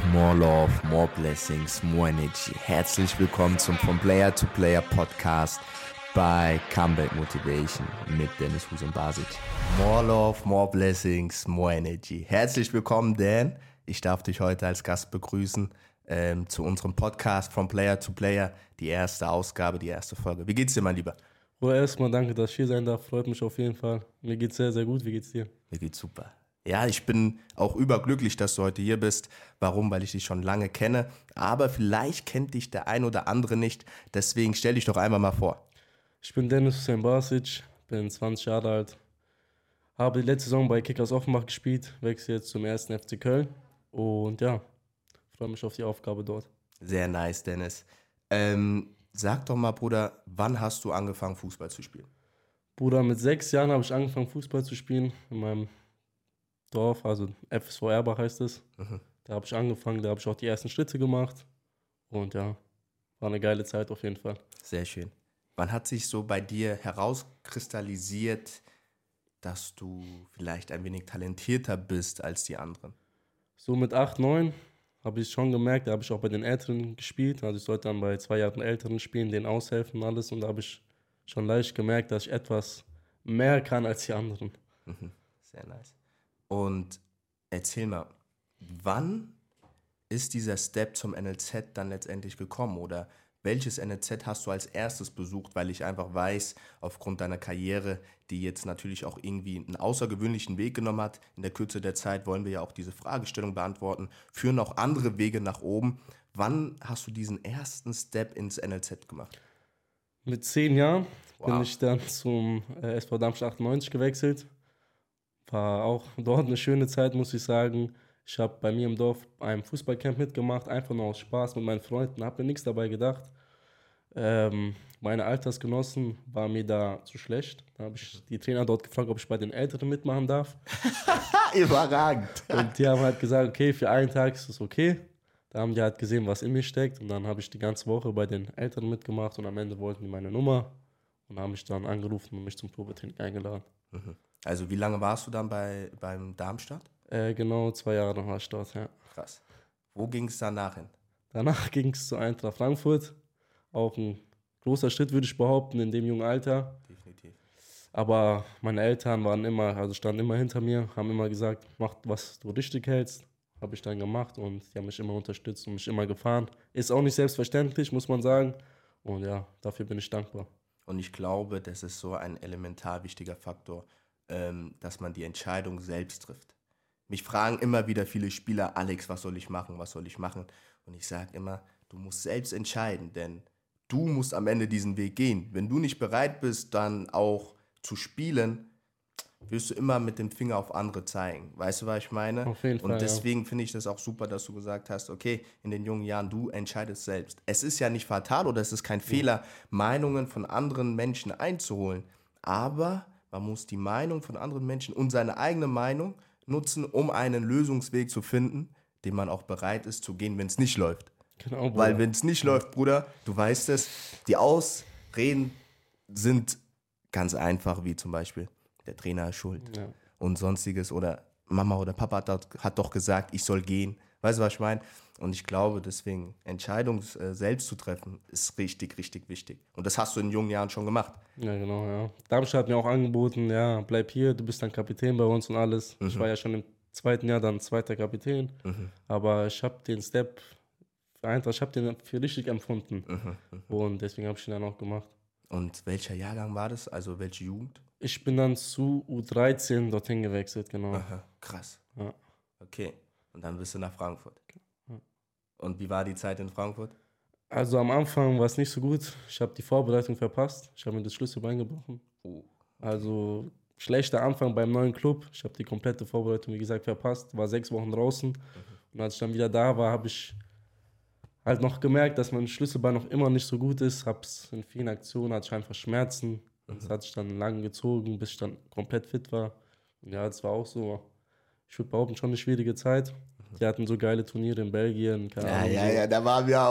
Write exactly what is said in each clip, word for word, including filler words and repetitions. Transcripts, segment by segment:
More Love, More Blessings, More Energy. Herzlich willkommen zum From Player to Player Podcast bei Comeback Motivation mit Dennis Hussein Basic. More Love, More Blessings, More Energy. Herzlich willkommen, Dan. Ich darf dich heute als Gast begrüßen ähm, zu unserem Podcast From Player to Player, die erste Ausgabe, die erste Folge. Wie geht's dir, mein Lieber? Bruder, erstmal danke, dass ich hier sein darf. Freut mich auf jeden Fall. Mir geht's sehr, sehr gut. Wie geht's dir? Mir geht's super. Ja, ich bin auch überglücklich, dass du heute hier bist. Warum? Weil ich dich schon lange kenne. Aber vielleicht kennt dich der ein oder andere nicht. Deswegen stell dich doch einmal mal vor. Ich bin Dennis Hussein Basic, bin zwanzig Jahre alt. Habe die letzte Saison bei Kickers Offenbach gespielt. Wechsle jetzt zum ersten F C Köln. Und ja, freue mich auf die Aufgabe dort. Sehr nice, Dennis. Ähm, sag doch mal, Bruder, wann hast du angefangen, Fußball zu spielen? Bruder, mit sechs Jahren habe ich angefangen, Fußball zu spielen. In meinem Dorf, also F S V Erbach heißt es. Mhm. Da habe ich angefangen, da habe ich auch die ersten Schritte gemacht. Und ja, war eine geile Zeit auf jeden Fall. Sehr schön. Wann hat sich so bei dir herauskristallisiert, dass du vielleicht ein wenig talentierter bist als die anderen? So mit acht, neun habe ich schon gemerkt, da habe ich auch bei den Älteren gespielt. Also ich sollte dann bei zwei Jahren Älteren spielen, denen aushelfen und alles. Und da habe ich schon leicht gemerkt, dass ich etwas mehr kann als die anderen. Mhm. Sehr nice. Und erzähl mal, wann ist dieser Step zum N L Z dann letztendlich gekommen? Oder welches N L Z hast du als erstes besucht? Weil ich einfach weiß, aufgrund deiner Karriere, die jetzt natürlich auch irgendwie einen außergewöhnlichen Weg genommen hat, in der Kürze der Zeit wollen wir ja auch diese Fragestellung beantworten, führen auch andere Wege nach oben. Wann hast du diesen ersten Step ins N L Z gemacht? Mit zehn Jahren Wow. bin ich dann zum äh, S V Darmstadt achtundneunzig gewechselt. War auch dort eine schöne Zeit, muss ich sagen. Ich habe bei mir im Dorf ein Fußballcamp mitgemacht, einfach nur aus Spaß mit meinen Freunden, habe mir nichts dabei gedacht. Ähm, meine Altersgenossen waren mir da zu schlecht. Da habe ich die Trainer dort gefragt, ob ich bei den Älteren mitmachen darf. Überragend. Und die haben halt gesagt, okay, für einen Tag ist es okay. Da haben die halt gesehen, was in mir steckt. Und dann habe ich die ganze Woche bei den Älteren mitgemacht und am Ende wollten die meine Nummer und haben mich dann angerufen und mich zum Probetraining eingeladen. Mhm. Also wie lange warst du dann bei, beim Darmstadt? Äh, genau, zwei Jahre war ich dort, ja. Krass. Wo ging es danach hin? Danach ging es zu Eintracht Frankfurt. Auch ein großer Schritt, würde ich behaupten, in dem jungen Alter. Definitiv. Aber meine Eltern waren immer, also standen immer hinter mir, haben immer gesagt, mach, was du richtig hältst. Habe ich dann gemacht und die haben mich immer unterstützt und mich immer gefahren. Ist auch nicht selbstverständlich, muss man sagen. Und ja, dafür bin ich dankbar. Und ich glaube, das ist so ein elementar wichtiger Faktor, ähm, dass man die Entscheidung selbst trifft. Mich fragen immer wieder viele Spieler, Alex, was soll ich machen, was soll ich machen? Und ich sage immer, du musst selbst entscheiden, denn du musst am Ende diesen Weg gehen. Wenn du nicht bereit bist, dann auch zu spielen, wirst du immer mit dem Finger auf andere zeigen. Weißt du, was ich meine? Auf jeden Fall, und deswegen ja. finde ich das auch super, dass du gesagt hast, okay, in den jungen Jahren, du entscheidest selbst. Es ist ja nicht fatal oder es ist kein Fehler, Meinungen von anderen Menschen einzuholen. Aber man muss die Meinung von anderen Menschen und seine eigene Meinung nutzen, um einen Lösungsweg zu finden, den man auch bereit ist zu gehen, wenn es nicht läuft. Genau, Bruder. Weil wenn es nicht läuft, Bruder, du weißt es, die Ausreden sind ganz einfach, wie zum Beispiel, der Trainer ist schuld Ja. und sonstiges oder Mama oder Papa hat, dort, hat doch gesagt, ich soll gehen. Weißt du, was ich meine? Und ich glaube, deswegen Entscheidungen äh, selbst zu treffen, ist richtig, richtig wichtig. Und das hast du in jungen Jahren schon gemacht. Ja, genau, ja. Darmstadt hat mir auch angeboten, ja, bleib hier, du bist dann Kapitän bei uns und alles. Mhm. Ich war ja schon im zweiten Jahr dann zweiter Kapitän. Mhm. Aber ich habe den Step für Eintracht, ich habe den für richtig empfunden. Mhm. Mhm. Und deswegen habe ich ihn dann auch gemacht. Und welcher Jahrgang war das? Also welche Jugend? Ich bin dann zu U dreizehn dorthin gewechselt, genau. Aha, krass. Ja. Okay, und dann bist du nach Frankfurt. Ja. Und wie war die Zeit in Frankfurt? Also am Anfang war es nicht so gut. Ich habe die Vorbereitung verpasst. Ich habe mir das Schlüsselbein gebrochen. Oh, okay. Also schlechter Anfang beim neuen Club. Ich habe die komplette Vorbereitung, wie gesagt, verpasst. War sechs Wochen draußen. Mhm. Und als ich dann wieder da war, habe ich halt noch gemerkt, dass mein Schlüsselbein noch immer nicht so gut ist. Hab's in vielen Aktionen, hatte ich einfach Schmerzen. Das hat sich dann lange gezogen, bis ich dann komplett fit war. Und ja, das war auch so, ich würde behaupten, schon eine schwierige Zeit. Die hatten so geile Turniere in Belgien, keine ja, Ahnung. Ja, so. ja, da waren wir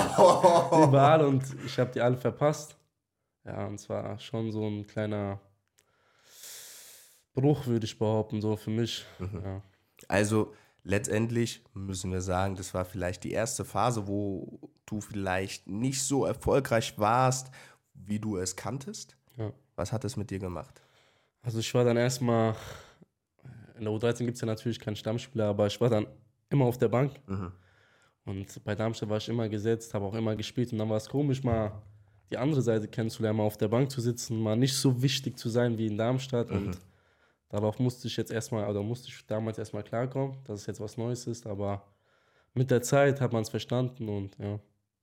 auch. Überall und ich habe die alle verpasst. Ja, und es war schon so ein kleiner Bruch, würde ich behaupten, so für mich. Mhm. Ja. Also, letztendlich müssen wir sagen, das war vielleicht die erste Phase, wo du vielleicht nicht so erfolgreich warst, wie du es kanntest. Ja. Was hat es mit dir gemacht? Also ich war dann erstmal, in der U dreizehn gibt es ja natürlich keinen Stammspieler, aber ich war dann immer auf der Bank. Mhm. Und bei Darmstadt war ich immer gesetzt, habe auch immer gespielt. Und dann war es komisch, mal die andere Seite kennenzulernen, mal auf der Bank zu sitzen, mal nicht so wichtig zu sein wie in Darmstadt. Mhm. Und darauf musste ich jetzt erstmal, oder musste ich damals erstmal klarkommen, dass es jetzt was Neues ist. Aber mit der Zeit hat man es verstanden und ja.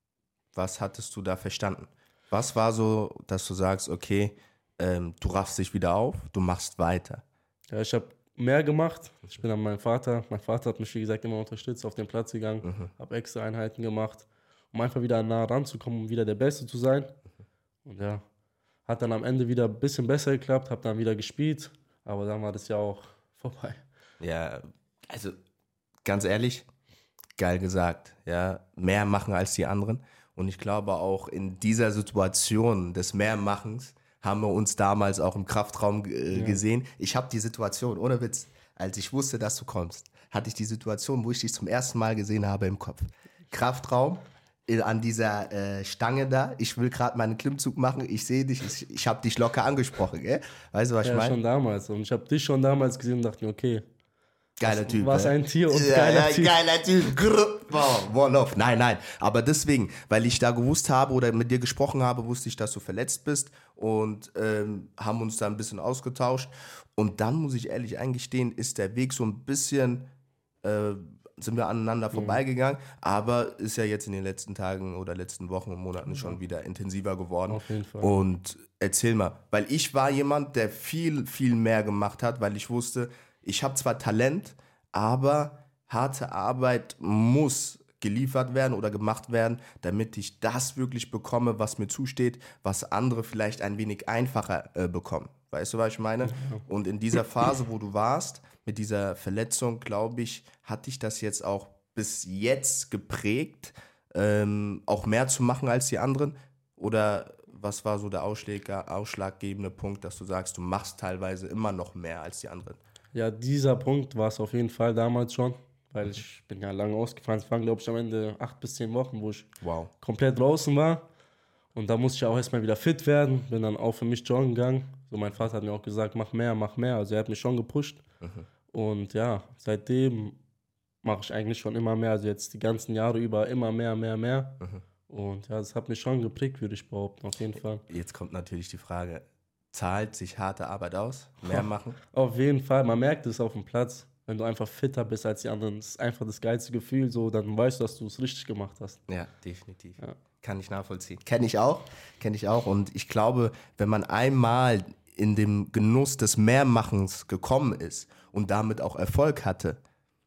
Was hattest du da verstanden? Was war so, dass du sagst, okay, ähm, du raffst dich wieder auf, du machst weiter? Ja, ich habe mehr gemacht. Ich bin an meinem Vater. Mein Vater hat mich, wie gesagt, immer unterstützt, auf den Platz gegangen, Mhm. habe extra Einheiten gemacht, um einfach wieder nah ranzukommen, um wieder der Beste zu sein. Und ja, hat dann am Ende wieder ein bisschen besser geklappt, habe dann wieder gespielt, aber dann war das ja auch vorbei. Ja, also ganz ehrlich, geil gesagt. Ja, mehr machen als die anderen. Und ich glaube auch in dieser Situation des Mehrmachens haben wir uns damals auch im Kraftraum äh, Ja. gesehen. Ich habe die Situation, ohne Witz, als ich wusste, dass du kommst, hatte ich die Situation, wo ich dich zum ersten Mal gesehen habe im Kopf. Kraftraum, äh, an dieser äh, Stange da. Ich will gerade meinen Klimmzug machen. Ich sehe dich, ich, ich habe dich locker angesprochen. Gell? Weißt du, was ich Ja, meine? schon damals. Und ich habe dich schon damals gesehen und dachte mir, okay, Geiler was, Typ. was ne? ein Tier und ja, geiler ja, Typ. Geiler Typ. Grr. Wow, one love. Nein, nein. Aber deswegen, weil ich da gewusst habe oder mit dir gesprochen habe, wusste ich, dass du verletzt bist und ähm, haben uns da ein bisschen ausgetauscht. Und dann muss ich ehrlich eingestehen, ist der Weg so ein bisschen, äh, sind wir aneinander vorbeigegangen. Aber ist ja jetzt in den letzten Tagen oder letzten Wochen und Monaten schon wieder intensiver geworden. Auf jeden Fall. Und erzähl mal, weil ich war jemand, der viel, viel mehr gemacht hat, weil ich wusste, ich habe zwar Talent, aber harte Arbeit muss geliefert werden oder gemacht werden, damit ich das wirklich bekomme, was mir zusteht, was andere vielleicht ein wenig einfacher äh, bekommen. Weißt du, was ich meine? Und in dieser Phase, wo du warst, mit dieser Verletzung, glaube ich, hat dich das jetzt auch bis jetzt geprägt, ähm, auch mehr zu machen als die anderen? Oder was war so der Ausschläger, ausschlaggebende Punkt, dass du sagst, du machst teilweise immer noch mehr als die anderen? Ja, dieser Punkt war es auf jeden Fall damals schon, weil ich bin ja lange ausgefallen. Es waren, glaube ich, am Ende acht bis zehn Wochen, wo ich Wow. komplett draußen war. Und da musste ich auch erstmal wieder fit werden. Bin dann auch für mich joggen gegangen. So, mein Vater hat mir auch gesagt, mach mehr, mach mehr. Also er hat mich schon gepusht. Mhm. Und ja, seitdem mache ich eigentlich schon immer mehr. Also jetzt die ganzen Jahre über immer mehr, mehr, mehr. Mhm. Und ja, das hat mich schon geprägt, würde ich behaupten, auf jeden Fall. Jetzt kommt natürlich die Frage, zahlt sich harte Arbeit aus? Mehr machen? Auf jeden Fall, man merkt es auf dem Platz. Wenn du einfach fitter bist als die anderen, das ist einfach das geilste Gefühl, so, dann weißt du, dass du es richtig gemacht hast. Ja, definitiv. Ja. Kann ich nachvollziehen. Kenne ich auch, kenne ich auch. Und ich glaube, wenn man einmal in dem Genuss des Mehrmachens gekommen ist und damit auch Erfolg hatte,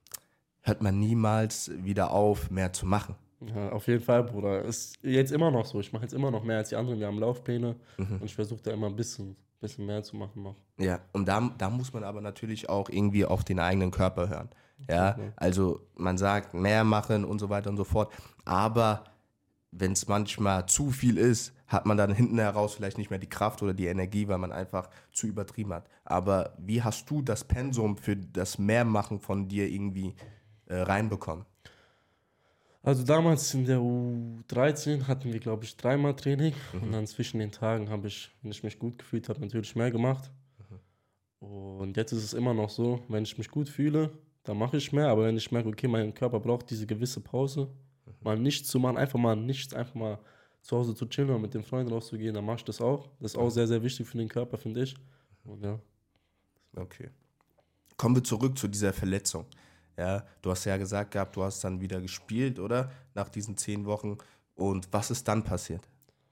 hört man niemals wieder auf, mehr zu machen. Ja, auf jeden Fall, Bruder. Ist jetzt immer noch so. Ich mache jetzt immer noch mehr als die anderen. Wir haben Laufpläne und ich versuche da immer ein bisschen, bisschen mehr zu machen noch. Ja, und da, da muss man aber natürlich auch irgendwie auf den eigenen Körper hören. Ja, also man sagt, mehr machen und so weiter und so fort. Aber wenn es manchmal zu viel ist, hat man dann hinten heraus vielleicht nicht mehr die Kraft oder die Energie, weil man einfach zu übertrieben hat. Aber wie hast du das Pensum für das Mehrmachen von dir irgendwie äh, reinbekommen? Also damals in der U dreizehn hatten wir, glaube ich, dreimal Training. Und dann zwischen den Tagen habe ich, wenn ich mich gut gefühlt habe, natürlich mehr gemacht. Und jetzt ist es immer noch so, wenn ich mich gut fühle, dann mache ich mehr. Aber wenn ich merke, okay, mein Körper braucht diese gewisse Pause, mal nichts zu machen, einfach mal nichts, einfach mal zu Hause zu chillen oder mit den Freunden rauszugehen, dann mache ich das auch. Das ist auch sehr, sehr wichtig für den Körper, finde ich. Und ja. Okay. Kommen wir zurück zu dieser Verletzung. Ja, du hast ja gesagt gehabt, du hast dann wieder gespielt, oder? Nach diesen zehn Wochen. Und was ist dann passiert?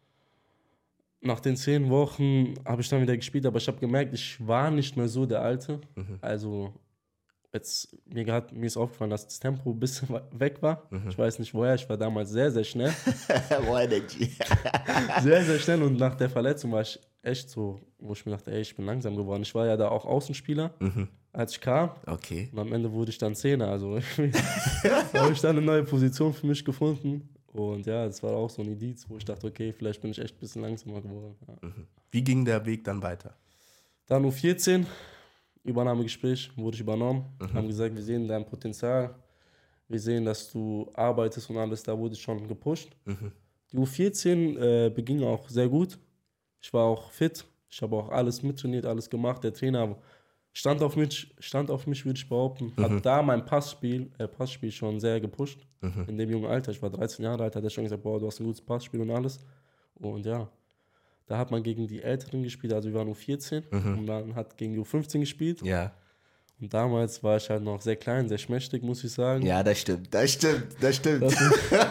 Nach den zehn Wochen habe ich dann wieder gespielt, aber ich habe gemerkt, ich war nicht mehr so der Alte. Mhm. Also jetzt, mir, grad, mir ist aufgefallen, dass das Tempo ein bisschen weg war. Mhm. Ich weiß nicht woher, ich war damals sehr, sehr schnell. Boah, Energy. Sehr, sehr schnell und nach der Verletzung war ich echt so, wo ich mir dachte, ey, ich bin langsam geworden. Ich war ja da auch Außenspieler, Mhm. als ich kam. Okay. Und am Ende wurde ich dann Zehner. Also da habe ich dann eine neue Position für mich gefunden. Und ja, das war auch so ein Indiz, wo ich dachte, okay, vielleicht bin ich echt ein bisschen langsamer geworden. Ja. Mhm. Wie ging der Weg dann weiter? Dann U vierzehn. Übernahmegespräch, wurde ich übernommen, mhm. haben gesagt, wir sehen dein Potenzial, wir sehen, dass du arbeitest und alles, da wurde ich schon gepusht. Mhm. Die U vierzehn äh, beging auch sehr gut, ich war auch fit, ich habe auch alles mittrainiert, alles gemacht, der Trainer stand auf mich, stand auf mich, würde ich behaupten, mhm. hat da mein Passspiel, äh, Passspiel schon sehr gepusht, mhm. in dem jungen Alter, ich war dreizehn Jahre alt, hat er schon gesagt, boah, du hast ein gutes Passspiel und alles und ja. Da hat man gegen die Älteren gespielt, also wir waren U vierzehn mhm. und man hat gegen die U fünfzehn gespielt. Ja. Und damals war ich halt noch sehr klein, sehr schmächtig, muss ich sagen. Ja, das stimmt, das stimmt, das stimmt. Das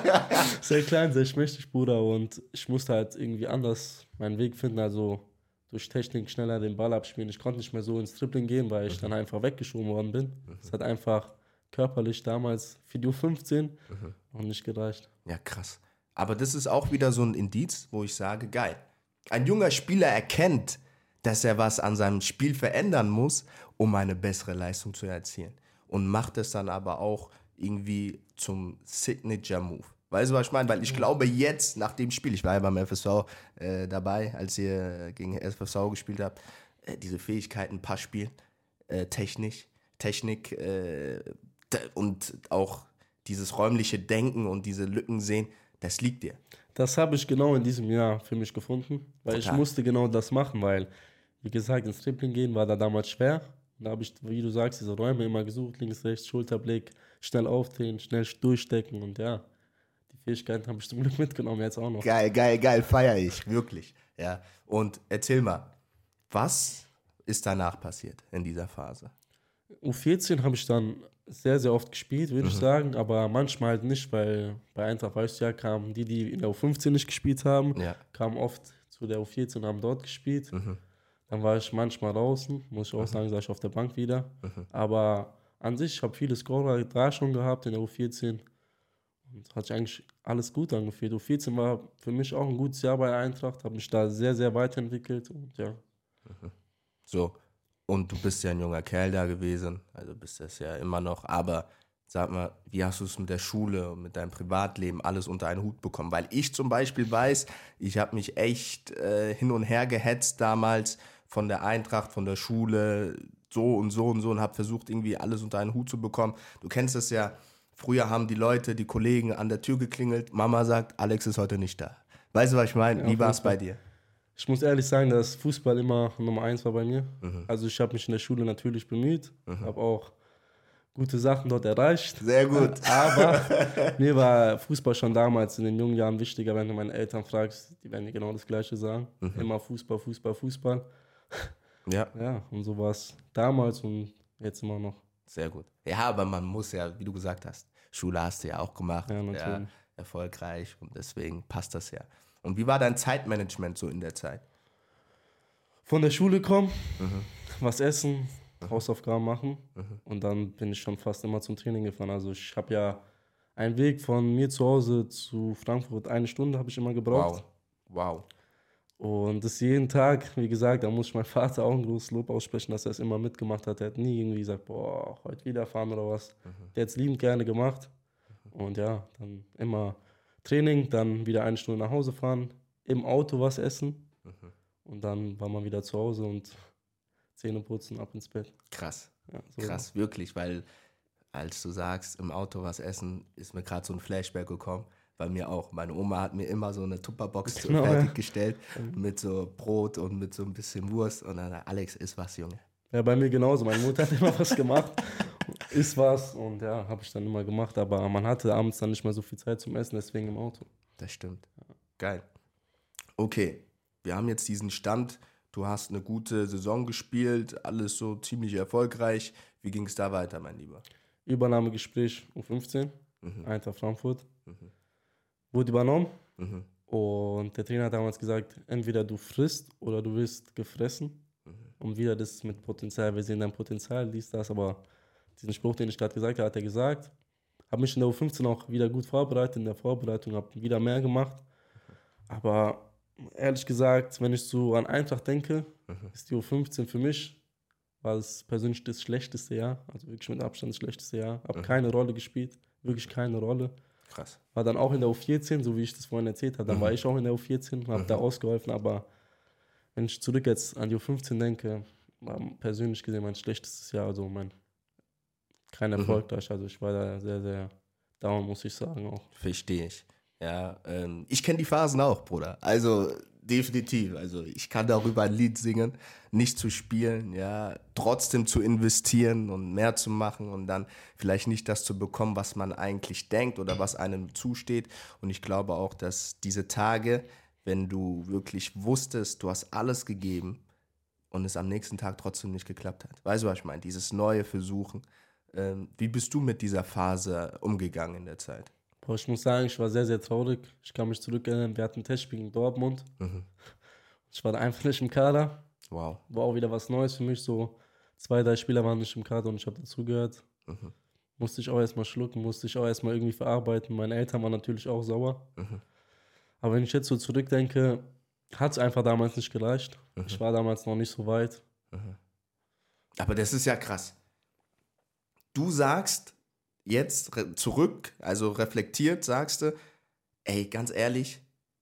sehr klein, sehr schmächtig, Bruder. Und ich musste halt irgendwie anders meinen Weg finden, also durch Technik schneller den Ball abspielen. Ich konnte nicht mehr so ins Dribbling gehen, weil ich mhm. dann einfach weggeschoben worden bin. Es mhm. hat einfach körperlich damals für die U fünfzehn mhm. noch nicht gereicht. Ja, krass. Aber das ist auch wieder so ein Indiz, wo ich sage, geil. Ein junger Spieler erkennt, dass er was an seinem Spiel verändern muss, um eine bessere Leistung zu erzielen. Und macht es dann aber auch irgendwie zum Signature-Move. Weißt du, was ich meine? Weil ich glaube jetzt, nach dem Spiel, ich war ja beim F S V äh, dabei, als ihr gegen F S V gespielt habt, äh, diese Fähigkeiten, Passspiel, äh, Technik, Technik äh, und auch dieses räumliche Denken und diese Lücken sehen, das liegt dir. Das habe ich genau in diesem Jahr für mich gefunden, weil Total. Ich musste genau das machen, weil, wie gesagt, ins Dribbling gehen war da damals schwer. Da habe ich, wie du sagst, diese Räume immer gesucht, links, rechts, Schulterblick, schnell aufdrehen, schnell durchstecken und ja, die Fähigkeiten habe ich zum Glück mitgenommen, jetzt auch noch. Geil, geil, geil, feiere ich, wirklich. Ja. Und erzähl mal, was ist danach passiert in dieser Phase? U vierzehn habe ich dann sehr, sehr oft gespielt, würde mhm. ich sagen, aber manchmal halt nicht, weil bei Eintracht weißt du ja, kamen die, die in der U fünfzehn nicht gespielt haben, ja. kamen oft zu der U vierzehn und haben dort gespielt. Mhm. Dann war ich manchmal draußen, muss ich auch mhm. sagen, saß ich auf der Bank wieder. Mhm. Aber an sich, ich habe viele Scorer da schon gehabt in der U vierzehn und hat sich eigentlich alles gut angefühlt. U vierzehn war für mich auch ein gutes Jahr bei Eintracht, habe mich da sehr, sehr weiterentwickelt und ja. Mhm. So. Und du bist ja ein junger Kerl da gewesen, also bist das ja immer noch, aber sag mal, wie hast du es mit der Schule und mit deinem Privatleben alles unter einen Hut bekommen? Weil ich zum Beispiel weiß, ich habe mich echt äh, hin und her gehetzt damals von der Eintracht, von der Schule, so und so und so und habe versucht, irgendwie alles unter einen Hut zu bekommen. Du kennst das ja, früher haben die Leute, die Kollegen an der Tür geklingelt, Mama sagt, Alex ist heute nicht da. Weißt du, was ich meine? Ja, wie war es bei dir? Ich muss ehrlich sagen, dass Fußball immer Nummer eins war bei mir. Mhm. Also ich habe mich in der Schule natürlich bemüht, mhm. habe auch gute Sachen dort erreicht. Sehr gut. Aber mir war Fußball schon damals in den jungen Jahren wichtiger, wenn du meine Eltern fragst, die werden dir genau das Gleiche sagen. Mhm. Immer Fußball, Fußball, Fußball. Ja. Ja, und so war es damals und jetzt immer noch. Sehr gut. Ja, aber man muss ja, wie du gesagt hast, Schule hast du ja auch gemacht. Ja, natürlich. Ja, erfolgreich und deswegen passt das ja. Und wie war dein Zeitmanagement so in der Zeit? Von der Schule kommen, mhm. was essen, mhm. Hausaufgaben machen mhm. und dann bin ich schon fast immer zum Training gefahren. Also ich habe ja einen Weg von mir zu Hause zu Frankfurt, eine Stunde habe ich immer gebraucht. Wow, wow. Und das jeden Tag, wie gesagt, da muss ich meinem Vater auch ein großes Lob aussprechen, dass er es immer mitgemacht hat. Er hat nie irgendwie gesagt, boah, heute wieder fahren oder was. Mhm. Der hat es liebend gerne gemacht mhm. und ja, dann immer Training, dann wieder eine Stunde nach Hause fahren, im Auto was essen mhm. und dann war man wieder zu Hause und Zähne putzen, ab ins Bett. Krass, ja, so krass, war. Wirklich, weil als du sagst, im Auto was essen, ist mir gerade so ein Flashback gekommen, bei mir auch. Meine Oma hat mir immer so eine Tupperbox genau, fertiggestellt ja. mit so Brot und mit so ein bisschen Wurst und dann, Alex, iss was, Junge. Ja, bei mir genauso, meine Mutter hat immer was gemacht. Ist was und ja, habe ich dann immer gemacht, aber man hatte abends dann nicht mehr so viel Zeit zum Essen, deswegen im Auto. Das stimmt. Ja. Geil. Okay, wir haben jetzt diesen Stand, du hast eine gute Saison gespielt, alles so ziemlich erfolgreich. Wie ging es da weiter, mein Lieber? Übernahmegespräch U fünfzehn, mhm. Eintracht Frankfurt. Mhm. Wurde übernommen mhm. und der Trainer hat damals gesagt, entweder du frisst oder du wirst gefressen. Mhm. Und wieder das mit Potenzial, wir sehen dein Potenzial, dies, das, aber diesen Spruch, den ich gerade gesagt habe, hat er gesagt. Habe mich in der U fünfzehn auch wieder gut vorbereitet, in der Vorbereitung habe wieder mehr gemacht. Aber ehrlich gesagt, wenn ich so an Eintracht denke, mhm. ist die U fünfzehn für mich, war es persönlich das schlechteste Jahr, also wirklich mit Abstand das schlechteste Jahr. Habe mhm. keine Rolle gespielt, wirklich keine Rolle. Krass. War dann auch in der U vierzehn, so wie ich das vorhin erzählt habe, dann mhm. war ich auch in der U vierzehn, habe mhm. da ausgeholfen, aber wenn ich zurück jetzt an die U fünfzehn denke, war persönlich gesehen mein schlechtestes Jahr, also mein kein Erfolg mhm. da. Also ich war da sehr, sehr down, muss ich sagen auch. Verstehe ich. Ja, ähm, ich kenne die Phasen auch, Bruder. Also definitiv. Also ich kann darüber ein Lied singen, nicht zu spielen, ja, trotzdem zu investieren und mehr zu machen und dann vielleicht nicht das zu bekommen, was man eigentlich denkt oder was einem zusteht. Und ich glaube auch, dass diese Tage, wenn du wirklich wusstest, du hast alles gegeben und es am nächsten Tag trotzdem nicht geklappt hat. Weißt du, was ich meine? Dieses neue Versuchen. Ähm, wie bist du mit dieser Phase umgegangen in der Zeit? Boah, ich muss sagen, ich war sehr, sehr traurig. Ich kann mich zurückerinnern, wir hatten ein Testspiel in Dortmund. Mhm. Ich war da einfach nicht im Kader. Wow. War auch wieder was Neues für mich. So zwei, drei Spieler waren nicht im Kader und ich habe dazugehört. Mhm. Musste ich auch erstmal schlucken, musste ich auch erstmal irgendwie verarbeiten. Meine Eltern waren natürlich auch sauer. Mhm. Aber wenn ich jetzt so zurückdenke, hat es einfach damals nicht gereicht. Mhm. Ich war damals noch nicht so weit. Mhm. Aber das ist ja krass. Du sagst jetzt re- zurück, also reflektiert, sagst du, ey, ganz ehrlich,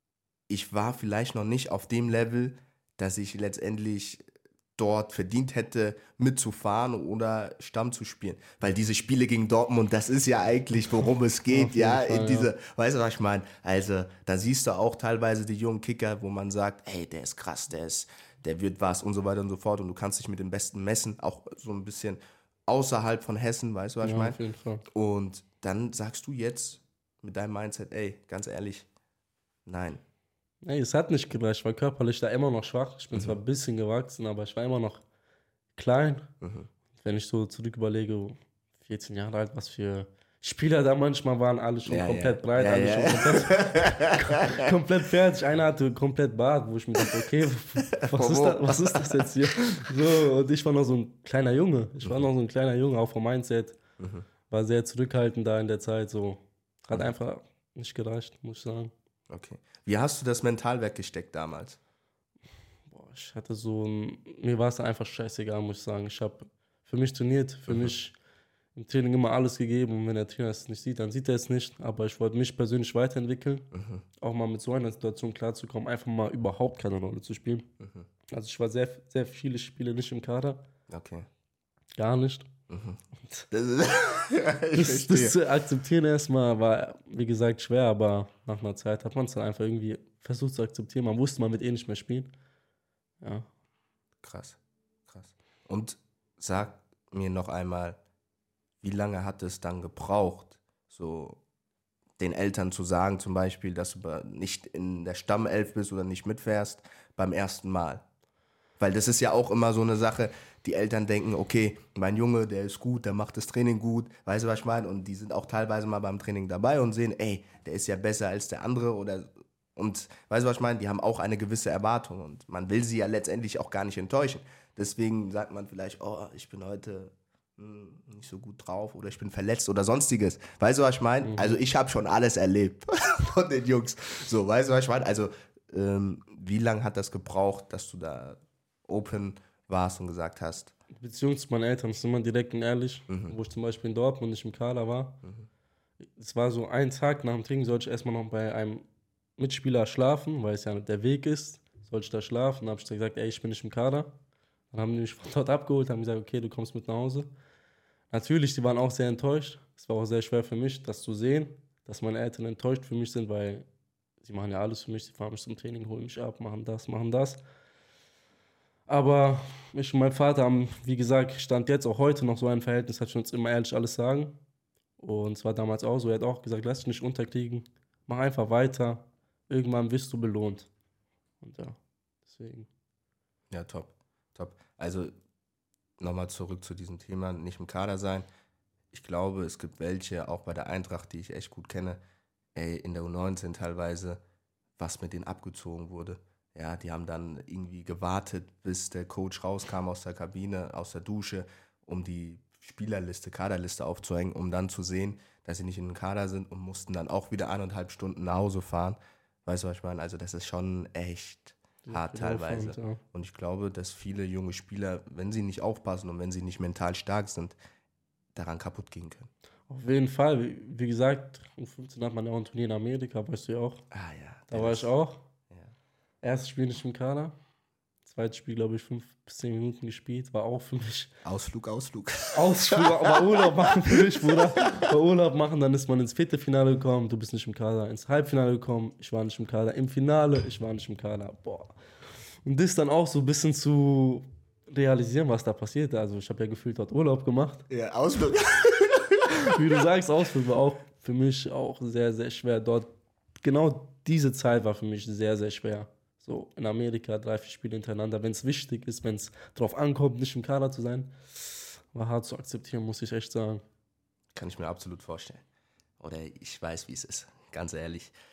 ich war vielleicht noch nicht auf dem Level, dass ich letztendlich dort verdient hätte, mitzufahren oder Stamm zu spielen. Weil diese Spiele gegen Dortmund, das ist ja eigentlich, worum es geht, ja, Fall, in diese, ja. Weißt du, was ich meine? Also, da siehst du auch teilweise die jungen Kicker, wo man sagt, ey, der ist krass, der ist, der wird was und so weiter und so fort und du kannst dich mit dem Besten messen, auch so ein bisschen außerhalb von Hessen, weißt du, was ja, ich meine? Auf jeden Fall. Und dann sagst du jetzt mit deinem Mindset, ey, ganz ehrlich, nein. Ey, es hat nicht gereicht, ich war körperlich da immer noch schwach. Ich bin mhm. zwar ein bisschen gewachsen, aber ich war immer noch klein. Mhm. Wenn ich so zurück überlege, vierzehn Jahre alt, was für Spieler da manchmal waren, alle schon ja, komplett ja. breit, ja, alle ja. schon komplett, komplett fertig. Einer hatte komplett Bart, wo ich mir dachte, okay, was ist, das, was ist das jetzt hier? So, und ich war noch so ein kleiner Junge. Ich war mhm. noch so ein kleiner Junge, auch vom Mindset. Mhm. War sehr zurückhaltend da in der Zeit. So. Hat mhm. einfach nicht gereicht, muss ich sagen. Okay. Wie hast du das mental weggesteckt damals? Boah, ich hatte so ein, mir war es einfach scheißegal, muss ich sagen. Ich habe für mich trainiert, für mhm. mich im Training immer alles gegeben und wenn der Trainer es nicht sieht, dann sieht er es nicht. Aber ich wollte mich persönlich weiterentwickeln, mhm. auch mal mit so einer Situation klarzukommen, einfach mal überhaupt keine Rolle zu spielen. Mhm. Also ich war sehr, sehr viele Spiele nicht im Kader. Okay. Gar nicht. Mhm. Das, ist, das, das zu akzeptieren erstmal war, wie gesagt, schwer, aber nach einer Zeit hat man es dann einfach irgendwie versucht zu akzeptieren. Man wusste, man wird eh nicht mehr spielen. Ja. Krass, krass. Und sag mir noch einmal, wie lange hat es dann gebraucht, so den Eltern zu sagen, zum Beispiel, dass du nicht in der Stammelf bist oder nicht mitfährst beim ersten Mal? Weil das ist ja auch immer so eine Sache, die Eltern denken, okay, mein Junge, der ist gut, der macht das Training gut, weißt du, was ich meine? Und die sind auch teilweise mal beim Training dabei und sehen, ey, der ist ja besser als der andere oder und weißt du, was ich meine? Die haben auch eine gewisse Erwartung und man will sie ja letztendlich auch gar nicht enttäuschen. Deswegen sagt man vielleicht, oh, ich bin heute nicht so gut drauf oder ich bin verletzt oder sonstiges. Weißt du, was ich meine? Mhm. Also ich habe schon alles erlebt von den Jungs. So, weißt du, was ich meine? Also ähm, wie lange hat das gebraucht, dass du da open warst und gesagt hast? Beziehungsweise zu meinen Eltern, sind wir direkt und ehrlich, mhm. wo ich zum Beispiel in Dortmund nicht im Kader war. Mhm. Es war so ein Tag nach dem Training, sollte ich erstmal noch bei einem Mitspieler schlafen, weil es ja der Weg ist. Sollte ich da schlafen, dann habe ich gesagt, ey, ich bin nicht im Kader. Dann haben die mich von dort abgeholt, haben gesagt, okay, du kommst mit nach Hause. Natürlich, die waren auch sehr enttäuscht. Es war auch sehr schwer für mich, das zu sehen, dass meine Eltern enttäuscht für mich sind, weil sie machen ja alles für mich. Sie fahren mich zum Training, holen mich ab, machen das, machen das. Aber ich und mein Vater haben, wie gesagt, stand jetzt auch heute noch so ein Verhältnis, dass wir uns immer ehrlich alles sagen. Und es war damals auch so, er hat auch gesagt, lass dich nicht unterkriegen, mach einfach weiter, irgendwann wirst du belohnt. Und ja, deswegen. Ja, top, top. Also nochmal zurück zu diesem Thema, nicht im Kader sein. Ich glaube, es gibt welche, auch bei der Eintracht, die ich echt gut kenne, ey, in der U neunzehn teilweise, was mit denen abgezogen wurde. Ja, die haben dann irgendwie gewartet, bis der Coach rauskam aus der Kabine, aus der Dusche, um die Spielerliste, Kaderliste aufzuhängen, um dann zu sehen, dass sie nicht in den Kader sind und mussten dann auch wieder eineinhalb Stunden nach Hause fahren. Weißt du, was ich meine? Also das ist schon echt hart teilweise. Aufwand, ja. Und ich glaube, dass viele junge Spieler, wenn sie nicht aufpassen und wenn sie nicht mental stark sind, daran kaputt gehen können. Auf jeden Fall. Wie, wie gesagt, U fünfzehn hat man ja auch ein Turnier in Amerika, weißt du ja auch. Ah ja. Da war ich auch. Ja. Erstes Spiel nicht im Kader. Zweites Spiel, glaube ich, fünf bis zehn Minuten gespielt. War auch für mich Ausflug, Ausflug. Ausflug, war Urlaub machen für mich, Bruder. War Urlaub machen, dann ist man ins Viertelfinale gekommen, du bist nicht im Kader. Ins Halbfinale gekommen, ich war nicht im Kader. Im Finale, ich war nicht im Kader. Boah. Und das dann auch so ein bisschen zu realisieren, was da passiert. Also ich habe ja gefühlt dort Urlaub gemacht. Ja, Ausflug. Wie du sagst, Ausflug war auch für mich auch sehr, sehr schwer. Dort, genau diese Zeit war für mich sehr, sehr schwer. So in Amerika drei, vier Spiele hintereinander. Wenn es wichtig ist, wenn es drauf ankommt, nicht im Kader zu sein, war hart zu akzeptieren, muss ich echt sagen. Kann ich mir absolut vorstellen. Oder ich weiß, wie es ist, ganz ehrlich.